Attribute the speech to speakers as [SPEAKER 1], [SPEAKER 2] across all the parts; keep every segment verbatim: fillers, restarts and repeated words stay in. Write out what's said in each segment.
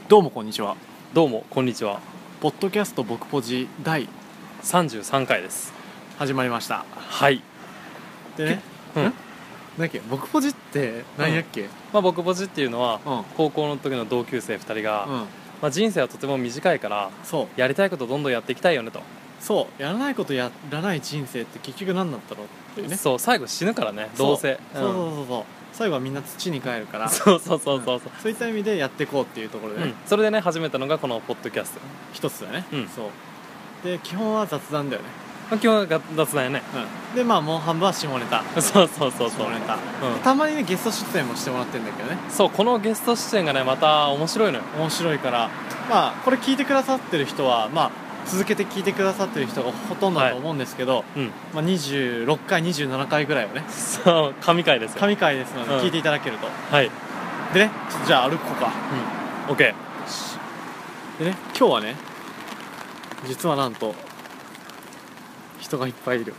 [SPEAKER 1] どうもこんにちは。
[SPEAKER 2] どうもこんにちは。
[SPEAKER 1] ポッドキャスト僕ポジ第
[SPEAKER 2] さんじゅうさんかいです。
[SPEAKER 1] 始まりました。
[SPEAKER 2] はい。
[SPEAKER 1] でね、
[SPEAKER 2] うん、
[SPEAKER 1] なんだっけ、僕ポジって何やっけ、うん、
[SPEAKER 2] まあ僕ポジっていうのは、
[SPEAKER 1] うん、
[SPEAKER 2] 高校の時の同級生ふたりが、
[SPEAKER 1] うん、
[SPEAKER 2] まあ、人生はとても短いから
[SPEAKER 1] そう
[SPEAKER 2] やりたいことどんどんやっていきたいよねと。
[SPEAKER 1] そうやらないことやらない人生って結局何だったろうっていうね。
[SPEAKER 2] そう最後死ぬからね、どうせ。
[SPEAKER 1] そうそうそうそう、最後はみんな土に帰るから
[SPEAKER 2] そうそうそうそうそう、
[SPEAKER 1] うん、そういった意味でやっていこうっていうところでね、うん、
[SPEAKER 2] それでね始めたのがこのポッドキャスト
[SPEAKER 1] 一つだね、
[SPEAKER 2] うん、
[SPEAKER 1] そうで基本は雑談だよね。
[SPEAKER 2] まあ、基本は雑談やね、
[SPEAKER 1] うん、でまあもう半分は下ネタ
[SPEAKER 2] そうそうそうそう
[SPEAKER 1] 下ネタ、
[SPEAKER 2] うん、
[SPEAKER 1] たまにねゲスト出演もしてもらってるんだけどね。
[SPEAKER 2] そうこのゲスト出演がねまた面白いのよ。
[SPEAKER 1] 面白いからまあこれ聞いてくださってる人はまあ続けて聞いてくださってる人がほとんどだと思うんですけど、はい、うんまあ、にじゅうろっかいにじゅうななかいぐらいをね、
[SPEAKER 2] そう神回ですよ。
[SPEAKER 1] 神回ですので聞いていただけると、うん、
[SPEAKER 2] はい
[SPEAKER 1] でねじゃあ歩こうか。
[SPEAKER 2] うん OK
[SPEAKER 1] でね今日はね実はなんと人がいっぱいいる。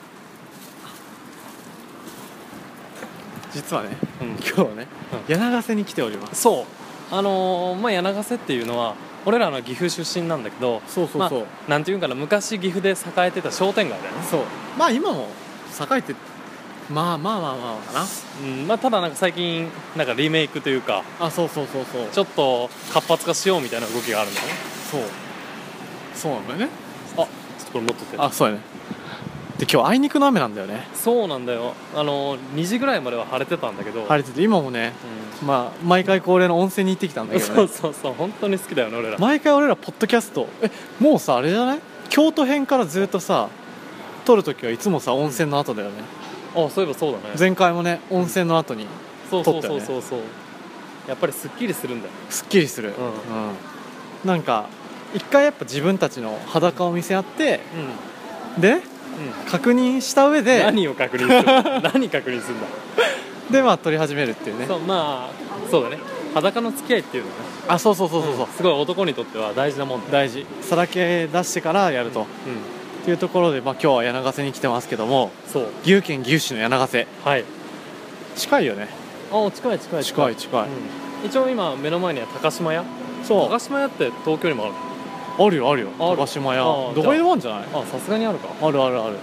[SPEAKER 1] 実はね、うん、今日はね、うん、柳ヶ瀬に来ております。
[SPEAKER 2] そうあのー、まあ柳ヶ瀬っていうのは俺らの岐阜出身なんだけど、
[SPEAKER 1] そうそうそう、
[SPEAKER 2] まあ、なんていうんかな、昔岐阜で栄えてた商店街だよね。
[SPEAKER 1] そうまあ今も栄えてまあまあまあまあかな、
[SPEAKER 2] うんまあ、ただなんか最近なんかリメイクというか、
[SPEAKER 1] あそうそうそうそう
[SPEAKER 2] ちょっと活発化しようみたいな動きがあるんだよね。
[SPEAKER 1] そうそうなんだよね。
[SPEAKER 2] あちょっとこれ持っとって。
[SPEAKER 1] あそうやね。で今日あいにくの雨なんだよね。
[SPEAKER 2] そうなんだよ。あのにじぐらいまでは晴れてたんだけど、
[SPEAKER 1] 晴れてて今もね、うん、まあ毎回恒例の温泉に行ってきたんだけどね。
[SPEAKER 2] そうそうそう本当に好きだよね俺ら。
[SPEAKER 1] 毎回俺らポッドキャストえもうさあれじゃない、京都編からずっとさ撮るときはいつもさ温泉の後だよね。
[SPEAKER 2] あそういえばそうだね。
[SPEAKER 1] 前回もね温泉の後に撮ったよね。
[SPEAKER 2] そうそうそうそうやっぱりすっきりするんだよ。
[SPEAKER 1] すっきりする、うんうん、なんか一回やっぱ自分たちの裸を見せ合って、うん、でうん、確認した上で
[SPEAKER 2] 何を確認する何確認するんだ
[SPEAKER 1] でまあ撮り始めるっていうね。
[SPEAKER 2] そうまあそうだね、裸の付き合いっていうのはね、
[SPEAKER 1] あそうそうそうそうそう、うん、
[SPEAKER 2] すごい男にとっては大事なもんだ。
[SPEAKER 1] 大事、さらけ出してからやると、うんうん、っていうところで、まあ、今日は柳ヶ瀬に来てますけども、そう岐阜県岐阜市の柳ヶ瀬、はい近いよね。
[SPEAKER 2] あ近い近い
[SPEAKER 1] 近い近い、
[SPEAKER 2] うん、一応今目の前には高島屋。そう高島屋って東京にもある。
[SPEAKER 1] あるよあるよ高島屋どこにでもあるんじゃない。
[SPEAKER 2] あさすがにあるか。
[SPEAKER 1] あるあるある。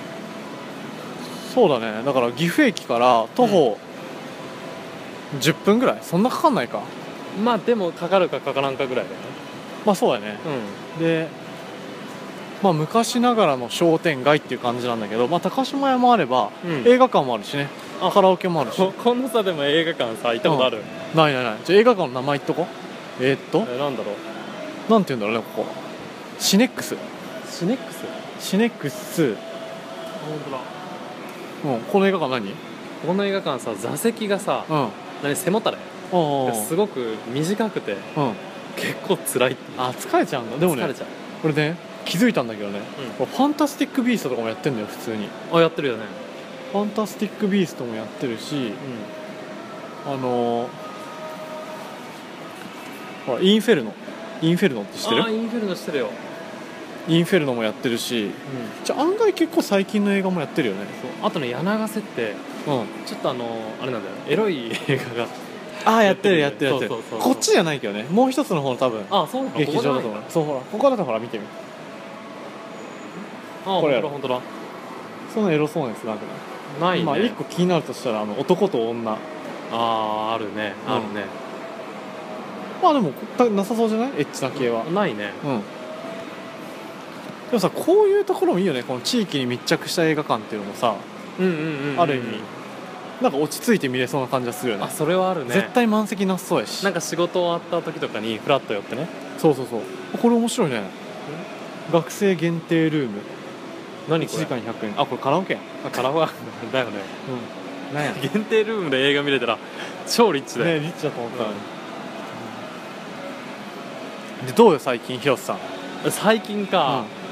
[SPEAKER 1] そうだね。だから岐阜駅から徒歩じゅっぷんぐらい、そんなかかんないか。
[SPEAKER 2] まあでもかかるかかからんかぐらいだよね。
[SPEAKER 1] まあそうだね、うん、でまあ昔ながらの商店街っていう感じなんだけど、まあ高島屋もあれば、うん、映画館もあるしね、あカラオケもあるし。
[SPEAKER 2] こんなさでも映画館さ行ったことある、
[SPEAKER 1] うん、ないないない。じゃあ映画館の名前言っとこう。えー、っと
[SPEAKER 2] えなんだろう
[SPEAKER 1] なんて言うんだろうねここ。シネックス
[SPEAKER 2] シネックス
[SPEAKER 1] シネックス。
[SPEAKER 2] 本当だ。
[SPEAKER 1] うん、この映画館何？
[SPEAKER 2] この映画館さ座席がさ、うん、何背もたれすごく短くて、うん、結構辛いって。
[SPEAKER 1] あ疲れちゃうんだ。でもね
[SPEAKER 2] 疲れちゃう。
[SPEAKER 1] これね気づいたんだけどね、うん、ファンタスティックビーストとかもやってんだよ普通に。
[SPEAKER 2] あやってるよね。
[SPEAKER 1] ファンタスティックビーストもやってるし、うん、あのー、ほらインフェルノインフェルノって知ってる？
[SPEAKER 2] あインフェルノ知ってるよ。
[SPEAKER 1] インフェルノもやってるし、うん、じゃあ案外結構最近の映画もやってるよね。
[SPEAKER 2] そうあとね柳ヶ瀬って、うん、ちょっとあのあれなんだよエロい映画が
[SPEAKER 1] ああやってるやってるやってる。こっちじゃないけどねもう一つの方の多分
[SPEAKER 2] あそうなの
[SPEAKER 1] 劇場だと思う。そうほらここだとほら見てみ。
[SPEAKER 2] あこれ本当だ。
[SPEAKER 1] そんなエロそうなやつなくない？ないね。まあ一個気になるとしたらあの男と女。
[SPEAKER 2] あああるねあるね、
[SPEAKER 1] うん、まあでもなさそうじゃないエッチな系は。
[SPEAKER 2] ないね。うん
[SPEAKER 1] でもさこういうところもいいよね。この地域に密着した映画館っていうのもさ、うんうんうんうん、ある意味なんか落ち着いて見れそうな感じがするよね。
[SPEAKER 2] あそれはあるね。絶
[SPEAKER 1] 対満席なさそうやし、
[SPEAKER 2] なんか仕事終わった時とかにフラッと寄ってね。
[SPEAKER 1] そうそうそうこれ面白いね。学生限定ルーム
[SPEAKER 2] 何これいち
[SPEAKER 1] じかんひゃくえん。あこれカラオケ。
[SPEAKER 2] あカラオケだよね。うんなんや限定ルームで映画見れたら超リッチだよ
[SPEAKER 1] ね。リッチだと思ったのに、うん、でどうよ最近広瀬さん。
[SPEAKER 2] 最近か、うん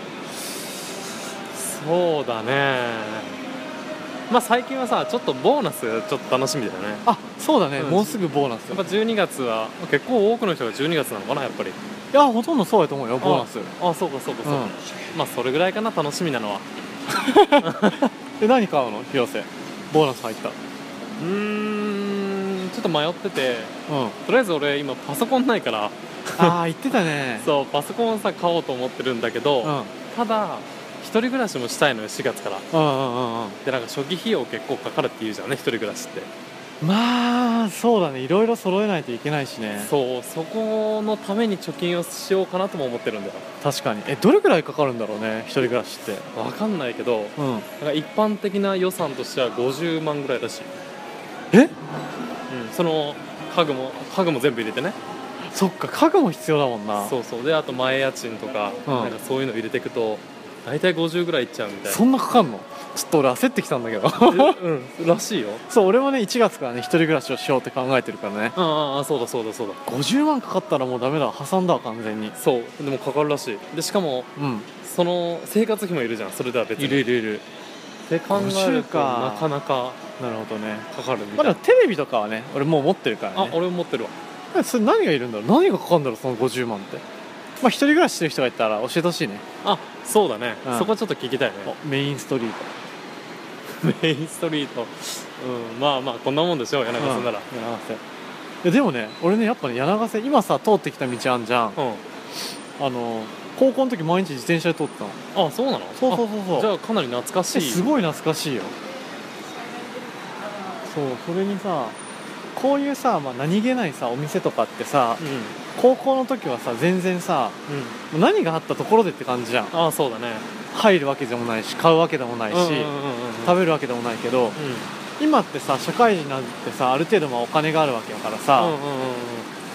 [SPEAKER 2] そうだね。まあ最近はさちょっとボーナスちょっと楽しみだよね。
[SPEAKER 1] あそうだね、うん、もうすぐボーナス。
[SPEAKER 2] やっぱじゅうにがつは結構多くの人がじゅうにがつなのかなやっぱり。
[SPEAKER 1] いやほとんどそうやと思うよボーナス。
[SPEAKER 2] ああそうかそうかそうか、うん、まあそれぐらいかな楽しみなのは。
[SPEAKER 1] で何買うの広瀬ボーナス入った。う
[SPEAKER 2] ーんちょっと迷ってて、
[SPEAKER 1] うん、
[SPEAKER 2] とりあえず俺今パソコンないから
[SPEAKER 1] ああ言ってたね
[SPEAKER 2] そうパソコンをさ買おうと思ってるんだけど、うん、ただ一人暮らしもしたいのよしがつから、うんうんうんうん、でなんか初期費用結構かかるって言うじゃんね、一人暮らしって。
[SPEAKER 1] まあそうだね、いろいろ揃えないといけないしね。
[SPEAKER 2] そう、そこのために貯金をしようかなとも思ってるんだよ。確
[SPEAKER 1] かに。えどれくらいかかるんだろうね、一人暮らしって。
[SPEAKER 2] 分かんないけど、うん、なんか一般的な予算としてはごじゅうまんぐらいらしい。
[SPEAKER 1] え、うん、
[SPEAKER 2] その家具も家具も全部入れてね。
[SPEAKER 1] そっか、家具も必要だもんな。
[SPEAKER 2] そうそう、であと前家賃とか、うん、なんかそういうの入れていくと大体ごじゅうぐらいいっちゃうみたいな。
[SPEAKER 1] そんなかかんの？ちょっと俺焦ってきたんだけど
[SPEAKER 2] うんらしいよ。
[SPEAKER 1] そう、俺もねいちがつからね一人暮らしをしようって考えてるからね。
[SPEAKER 2] ああそうだそうだそうだ。
[SPEAKER 1] ごじゅうまんかかったらもうダメだ、破産だ完全に。
[SPEAKER 2] そうでもかかるらしい。でしかも、うん、その生活費もいるじゃん、それでは別に。
[SPEAKER 1] いるいるいる
[SPEAKER 2] って考えるとなかなか
[SPEAKER 1] なるほどね
[SPEAKER 2] かかるみたいな。
[SPEAKER 1] まだテレビとかはね俺もう持ってるからね。
[SPEAKER 2] あ、俺も持ってるわ。
[SPEAKER 1] それ何がいるんだろう、何がかかるんだろうそのごじゅうまんって。まあ一人暮らししてる人がいたら教えてほしいね。
[SPEAKER 2] あ、そうだね、うん、そこはちょっと聞きたいね。
[SPEAKER 1] メインストリート
[SPEAKER 2] メインストリート、うん、まあまあこんなもんでしょう、柳ヶ瀬なら、
[SPEAKER 1] うん、柳ヶ瀬。いやでもね俺ねやっぱね柳ヶ瀬今さ通ってきた道あんじゃん、うん、あの高校の時毎日自転車で通ってたの。
[SPEAKER 2] あ、そうなの。
[SPEAKER 1] そうそうそうそう。
[SPEAKER 2] じゃあかなり懐かしい。
[SPEAKER 1] すごい懐かしいよ。そう、それにさこういうさ、まあ、何気ないさお店とかってさ、うん、高校の時はさ全然さ、うん、何があったところでって感じじゃん。
[SPEAKER 2] ああそうだね。
[SPEAKER 1] 入るわけでもないし買うわけでもないし、食べるわけでもないけど、うん、今ってさ社会人になってさある程度まあお金があるわけやからさ、うんうんうん、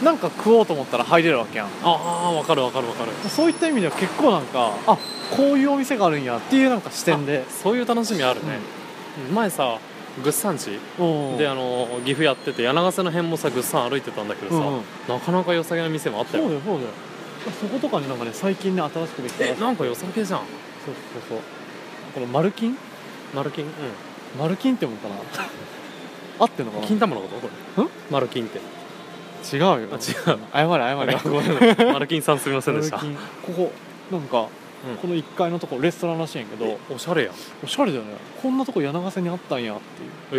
[SPEAKER 1] なんか食おうと思ったら入れるわけやん。
[SPEAKER 2] ああ分かる分かる分かる。
[SPEAKER 1] そういった意味では結構なんかあこういうお店があるんやっていうなんか視点で
[SPEAKER 2] そういう楽しみあるね、うん、前さぐっさん地であの岐阜やってて柳ヶ瀬の辺もさぐっさん歩いてたんだけどさ、うんうん、なかなか良さげな店もあったよ。
[SPEAKER 1] そうだよそうだよ。そことかになんかね最近ね新しくできた。
[SPEAKER 2] えなんか良さげじゃん。
[SPEAKER 1] そうそうそう。このマルキン
[SPEAKER 2] マルキン、うん、
[SPEAKER 1] マルキンってもんかな合ってんのかな。
[SPEAKER 2] 金玉のことこれ。んマルキンって
[SPEAKER 1] 違うよ。あ
[SPEAKER 2] 違う。
[SPEAKER 1] 謝れ謝れ。
[SPEAKER 2] ごめんマルキンさんすみませんでした。
[SPEAKER 1] ここなんかうん、このいっかいのとこレストランらしいんやけど、
[SPEAKER 2] おしゃれや
[SPEAKER 1] おしゃれだよね。こんなとこ柳ヶ瀬にあったんやっていう。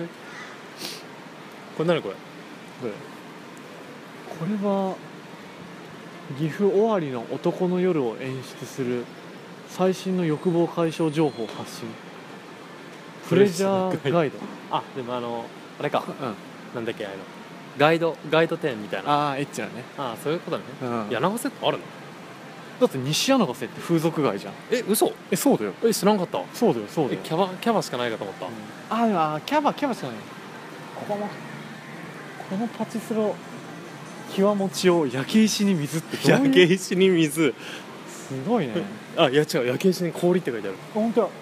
[SPEAKER 2] へえー、これ何これ。
[SPEAKER 1] これこれは岐阜尾張の男の夜を演出する最新の欲望解消情報発信プレジャーガイド。
[SPEAKER 2] あ、でもあのあれか、うん、なんだっけあのガイドガイド店みたいな。
[SPEAKER 1] ああエッチなね。
[SPEAKER 2] ああそういうことね、うん、柳ヶ瀬ってあるの。
[SPEAKER 1] だって西柳ヶ瀬って風俗街じゃん。
[SPEAKER 2] え、嘘。
[SPEAKER 1] え、そうだよ。
[SPEAKER 2] え、知らんかった。
[SPEAKER 1] そうだよそうだよ。
[SPEAKER 2] キャバキャバしかないかと思った、うん、
[SPEAKER 1] あでもあキャバキャバしかない。ここもこのパチスロ極持ちを焼け石に水ってどういう。
[SPEAKER 2] 焼け石に水
[SPEAKER 1] すごいね
[SPEAKER 2] あ、いや違う、焼け石に氷って書いてある。
[SPEAKER 1] 本当だ。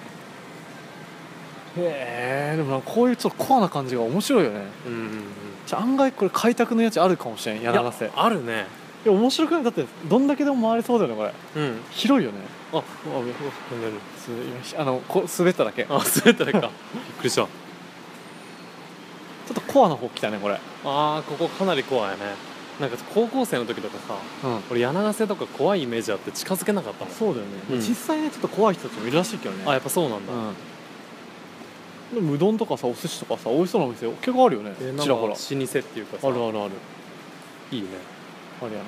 [SPEAKER 1] へえ、でもなんかこういうちょっとコアな感じが面白いよね。うんうんうん。じゃあ案外これ開拓の余地あるかもしれん。柳ヶ瀬
[SPEAKER 2] あるね。
[SPEAKER 1] いや面白くない。だってどんだけでも回れそうだよねこれ。うん、広いよね。あ、あ、あのこ滑っただけ。
[SPEAKER 2] あ、滑っただけかびっくりした。ちょ
[SPEAKER 1] っとコアな方来たねこれ。あ
[SPEAKER 2] あ、ここかなりコアやね。なんか高校生の時とかさ、うん、俺柳ヶ瀬とか怖いイメージあって近づけなかったもん。
[SPEAKER 1] そうだよね、うん、実際ねちょっと怖い人たちもいるらしいけどね。
[SPEAKER 2] あ、やっぱそうなんだ、
[SPEAKER 1] うん、でもうどんとかさお寿司とかさ美味しそうなお店結構あるよね。
[SPEAKER 2] えー、ちらほら老舗っていうかさ。
[SPEAKER 1] あるあるある。
[SPEAKER 2] いいね。
[SPEAKER 1] あれやな。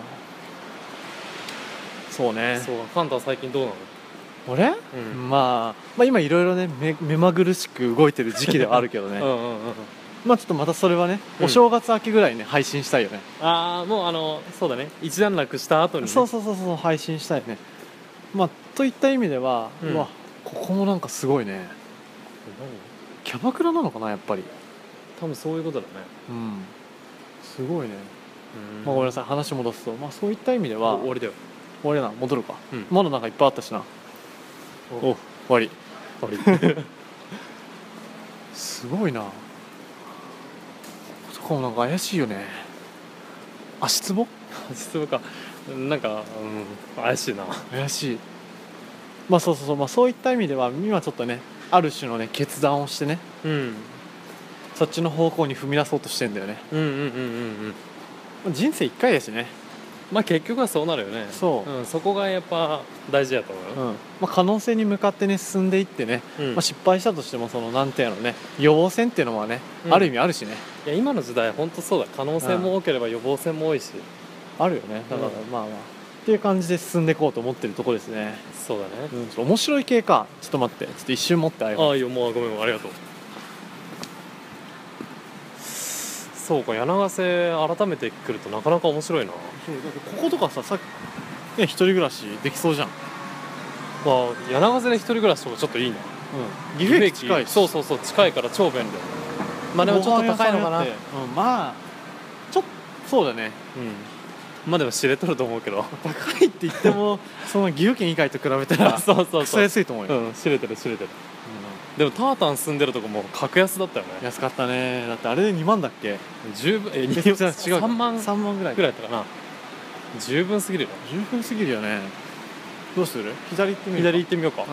[SPEAKER 1] そうね。
[SPEAKER 2] そう。カンタは最近どうなの。
[SPEAKER 1] 俺、うん、まあ、まあ今いろいろね 目, 目まぐるしく動いてる時期ではあるけどねうんうん、うん、まあちょっとまたそれはね、うん、お正月明けぐらいね配信したいよね。
[SPEAKER 2] ああもうあのそうだね、一段落した後に、ね、
[SPEAKER 1] そうそうそうそう配信したいね。まあといった意味では、うん、うわここもなんかすごいね。キャバクラなのかなやっぱり。
[SPEAKER 2] 多分そういうことだね。うん
[SPEAKER 1] すごいね。まあ、ごめんなさい話戻すと、まあ、そういった意味では
[SPEAKER 2] 終わりだよ。
[SPEAKER 1] 終わりだな。戻るか、うん、まだなんかいっぱいあったしな。おお終わり終わりすごいな。ここもなんか怪しいよね。足つぼ
[SPEAKER 2] 足つぼかなんか、うん、怪しいな。
[SPEAKER 1] 怪しい。まあそうそうそう、まあ、そういった意味では今ちょっとねある種のね決断をしてね、うん、そっちの方向に踏み出そうとしてんだよね。うんうんうんうんうん。人生いっかいだしね。
[SPEAKER 2] まあ結局はそうなるよね。
[SPEAKER 1] そう、
[SPEAKER 2] うん、そこがやっぱ大事やと思うよ。
[SPEAKER 1] うんまあ、可能性に向かってね進んでいってね、
[SPEAKER 2] うん
[SPEAKER 1] まあ、失敗したとしてもそのなんていうのね予防線っていうのはね、
[SPEAKER 2] うん
[SPEAKER 1] ある意味あるしね、
[SPEAKER 2] いや今の時代本当そうだ。可能性も多ければ予防線も多いし。
[SPEAKER 1] あるよね。だから
[SPEAKER 2] うん
[SPEAKER 1] まあまあっていう感じで進んでいこうと思ってるところですね。
[SPEAKER 2] そうだね。
[SPEAKER 1] うん、ちょっと面白い系か。ちょっと待って、ちょっと一瞬持ってあげ
[SPEAKER 2] ああいいよ、もうごめんごめん、ありがとう。そうか、柳瀬改めて来るとなかなか面白いな。
[SPEAKER 1] そうだってこことかささっきね一人暮らしできそうじゃん。
[SPEAKER 2] まあ柳瀬で一人暮らしとかちょっといいな。
[SPEAKER 1] うん、岐阜駅近いし、
[SPEAKER 2] そうそうそう、近いから超便利。まあでもちょっと高いのかな。
[SPEAKER 1] ご飯屋さんやってうん、まあちょっとそうだね。
[SPEAKER 2] うん、まあでも知れとると思うけど。
[SPEAKER 1] 高いって言ってもその岐阜県以外と比べたら
[SPEAKER 2] そうそう
[SPEAKER 1] クソ
[SPEAKER 2] そう、
[SPEAKER 1] 安いと思うよ、
[SPEAKER 2] うん、知れてる知れてる。でもタータン住んでるとこも格安だったよね。
[SPEAKER 1] 安かったね。だってあれでにまんだっけ。
[SPEAKER 2] 十分え
[SPEAKER 1] え違う違う
[SPEAKER 2] さんまん
[SPEAKER 1] さんまんぐらい
[SPEAKER 2] ぐらいだったかな。十分すぎるよ。
[SPEAKER 1] 十分すぎるよね。どうする？左行ってみるか。
[SPEAKER 2] 左行ってみようか。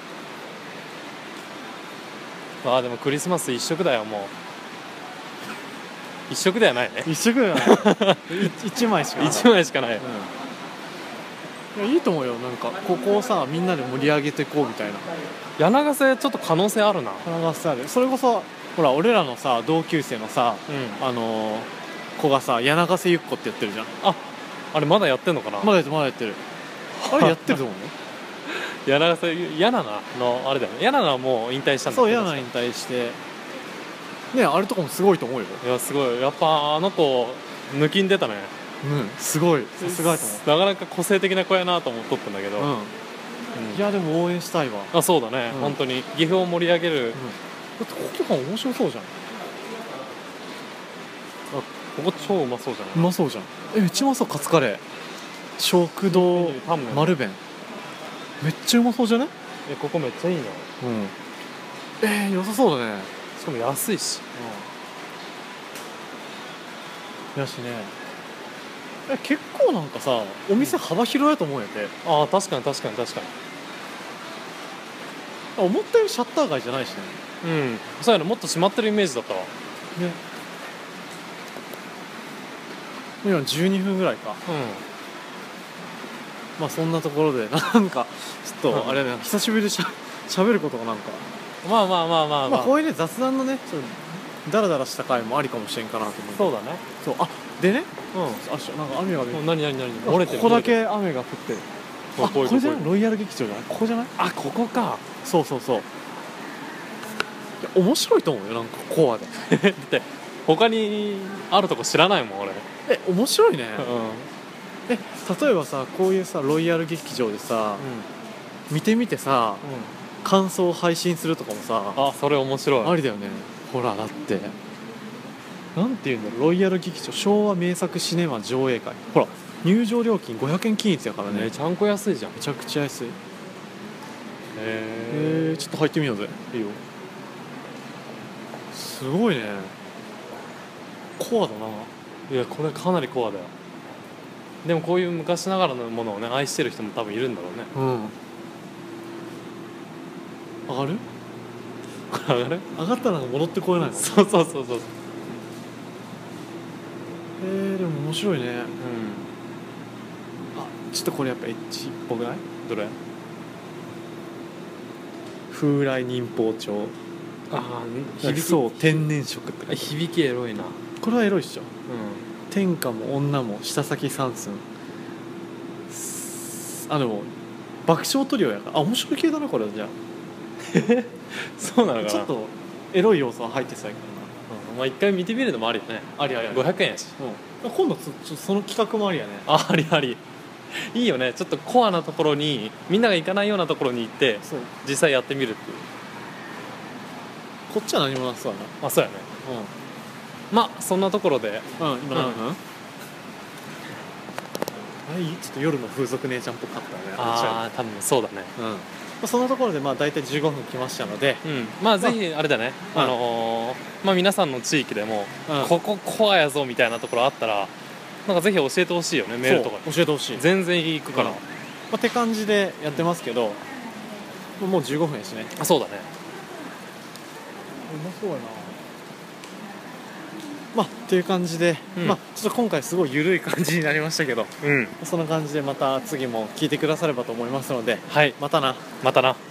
[SPEAKER 1] うん、
[SPEAKER 2] ああでもクリスマス一色だよ。もう一色ではないね。
[SPEAKER 1] 一色だよね。い一枚しかない。
[SPEAKER 2] 一枚しかないよ。
[SPEAKER 1] うん、いやいいと思うよ。なんかここをさみんなで盛り上げていこうみたいな。
[SPEAKER 2] 柳瀬ちょっと可能性あるな。
[SPEAKER 1] 花がさある。それこそほら俺らのさ同級生のさ、
[SPEAKER 2] うん、
[SPEAKER 1] あのー、子がさ柳瀬ゆっこってやってるじゃん。
[SPEAKER 2] ああれまだやってんのかな。
[SPEAKER 1] まだやってるまだやってる。あれやってると思うよ。
[SPEAKER 2] 柳瀬ヤナナのあれだよね。ヤナナはもう引退したんだ
[SPEAKER 1] そうヤナに対してねあれとかもすごいと思うよ。
[SPEAKER 2] いやすごい。やっぱあの子抜きん出たね。
[SPEAKER 1] うんすごいさすがだと思う。
[SPEAKER 2] なかなか個性的な子やなと思っとったんだけど、
[SPEAKER 1] うん、
[SPEAKER 2] うん
[SPEAKER 1] いやでも応援したいわ。
[SPEAKER 2] あそうだね、
[SPEAKER 1] うん、
[SPEAKER 2] 本当に岐阜を盛り上げる、
[SPEAKER 1] うん、だってこことか面白そうじゃん。
[SPEAKER 2] あここ超うまそうじゃな
[SPEAKER 1] う
[SPEAKER 2] い。
[SPEAKER 1] まそうじゃん。えめっちゃうまそう。カツカレー食堂
[SPEAKER 2] タンメン
[SPEAKER 1] 丸弁めっちゃうまそうじゃね。
[SPEAKER 2] えここめっちゃいいな。
[SPEAKER 1] うんえー、良さそうだね。
[SPEAKER 2] しかも安いし。
[SPEAKER 1] うんやしねえ結構なんかさお店幅広いと思うやて。
[SPEAKER 2] ああ確かに確かに確か
[SPEAKER 1] 思ったよりシャッター街じゃないしね。
[SPEAKER 2] に。うんそうやね。もっと閉まってるイメージだったわ。
[SPEAKER 1] ね今じゅうにふんぐらいか。
[SPEAKER 2] う
[SPEAKER 1] まあそんなところでなんかちょっとあれだね久しぶりでしゃ喋ることがなんか
[SPEAKER 2] んまあまあまあまあまあ、
[SPEAKER 1] まあこういうね雑談のねちょっとダラダラした回もありかもしれんかなと思う。
[SPEAKER 2] そうだね。
[SPEAKER 1] そうあでね
[SPEAKER 2] う
[SPEAKER 1] あしなんか雨が
[SPEAKER 2] んもう何何何漏れてる。
[SPEAKER 1] ここだけ雨が降ってる。あこ
[SPEAKER 2] こうこういう
[SPEAKER 1] れじゃないロイヤル劇場じゃないここじゃない。
[SPEAKER 2] あここか。
[SPEAKER 1] そうそうそういや面白いと思うよなんかコアで
[SPEAKER 2] だって他にあるとこ知らないもん俺。
[SPEAKER 1] え面白いね。
[SPEAKER 2] う
[SPEAKER 1] え例えばさこういうさロイヤル劇場でさ、
[SPEAKER 2] ん
[SPEAKER 1] 見てみてさ
[SPEAKER 2] うん、
[SPEAKER 1] 感想を配信するとかもさ
[SPEAKER 2] あそれ面白い。
[SPEAKER 1] ありだよね。ほらだってなんていうんだろうロイヤル劇場昭和名作シネマ上映会ほら入場料金ごひゃくえん均一やからね。
[SPEAKER 2] めちゃんこ安いじゃん。へ
[SPEAKER 1] めちゃくちゃ安い。
[SPEAKER 2] え
[SPEAKER 1] えー、ちょっと入ってみようぜ。
[SPEAKER 2] いいよ。
[SPEAKER 1] すごいねコアだな。
[SPEAKER 2] いやこれかなりコアだよ。でもこういう昔ながらのものをね愛してる人も多分いるんだろうね。
[SPEAKER 1] うん上がる
[SPEAKER 2] 上がる。
[SPEAKER 1] 上がったら戻ってこれないの。
[SPEAKER 2] そうそうそうそう。
[SPEAKER 1] えー、でも面白いね。
[SPEAKER 2] うん
[SPEAKER 1] あちょっとこれやっぱエッチっぽくない。
[SPEAKER 2] どれ。
[SPEAKER 1] 風来忍法帳
[SPEAKER 2] ああ
[SPEAKER 1] 響きそう天然色って
[SPEAKER 2] 響きエロいな。
[SPEAKER 1] これはエロいっしょ。
[SPEAKER 2] う
[SPEAKER 1] 天下も女も下先三寸あでも爆笑トリオやからあ面白い系だなこれじゃ
[SPEAKER 2] んそうなのかな。
[SPEAKER 1] あちょっとエロい要素は入ってそうやけ
[SPEAKER 2] うんまあ一回見てみるのもありよね。
[SPEAKER 1] どなありありあり
[SPEAKER 2] ごひゃくえんやし。
[SPEAKER 1] うん今度つちょその企画もありやね。
[SPEAKER 2] あありあり。いいよね。ちょっとコアなところにみんなが行かないようなところに行って
[SPEAKER 1] そう
[SPEAKER 2] 実際やってみるっていう。
[SPEAKER 1] こっちは何もなさそうや
[SPEAKER 2] あそうやね。まあそんなところで
[SPEAKER 1] なうんうん今何
[SPEAKER 2] うん
[SPEAKER 1] 分、あれいいちょっと夜の風俗姉ちゃんっぽかったね
[SPEAKER 2] ああ多分そうだね。
[SPEAKER 1] うんまあそんなところでまあ大体じゅうごふん来ましたので、
[SPEAKER 2] うんまあぜひあれだね。
[SPEAKER 1] うん
[SPEAKER 2] あのーまあ皆さんの地域でも
[SPEAKER 1] うん
[SPEAKER 2] ここコアやぞみたいなところあったらなんかぜひ教えてほしいよね。メールとかで
[SPEAKER 1] そう教えてほしい。
[SPEAKER 2] 全然行くから。
[SPEAKER 1] うんまあ、って感じでやってますけど、もうじゅうごふんやしね。
[SPEAKER 2] あそうだね。
[SPEAKER 1] うまそうやな。 まあっていう感じで、
[SPEAKER 2] うん
[SPEAKER 1] まあちょっと今回すごい緩い感じになりましたけど、
[SPEAKER 2] うん
[SPEAKER 1] そんな感じでまた次も聞いてくださればと思いますので、
[SPEAKER 2] はい
[SPEAKER 1] またな。
[SPEAKER 2] またな。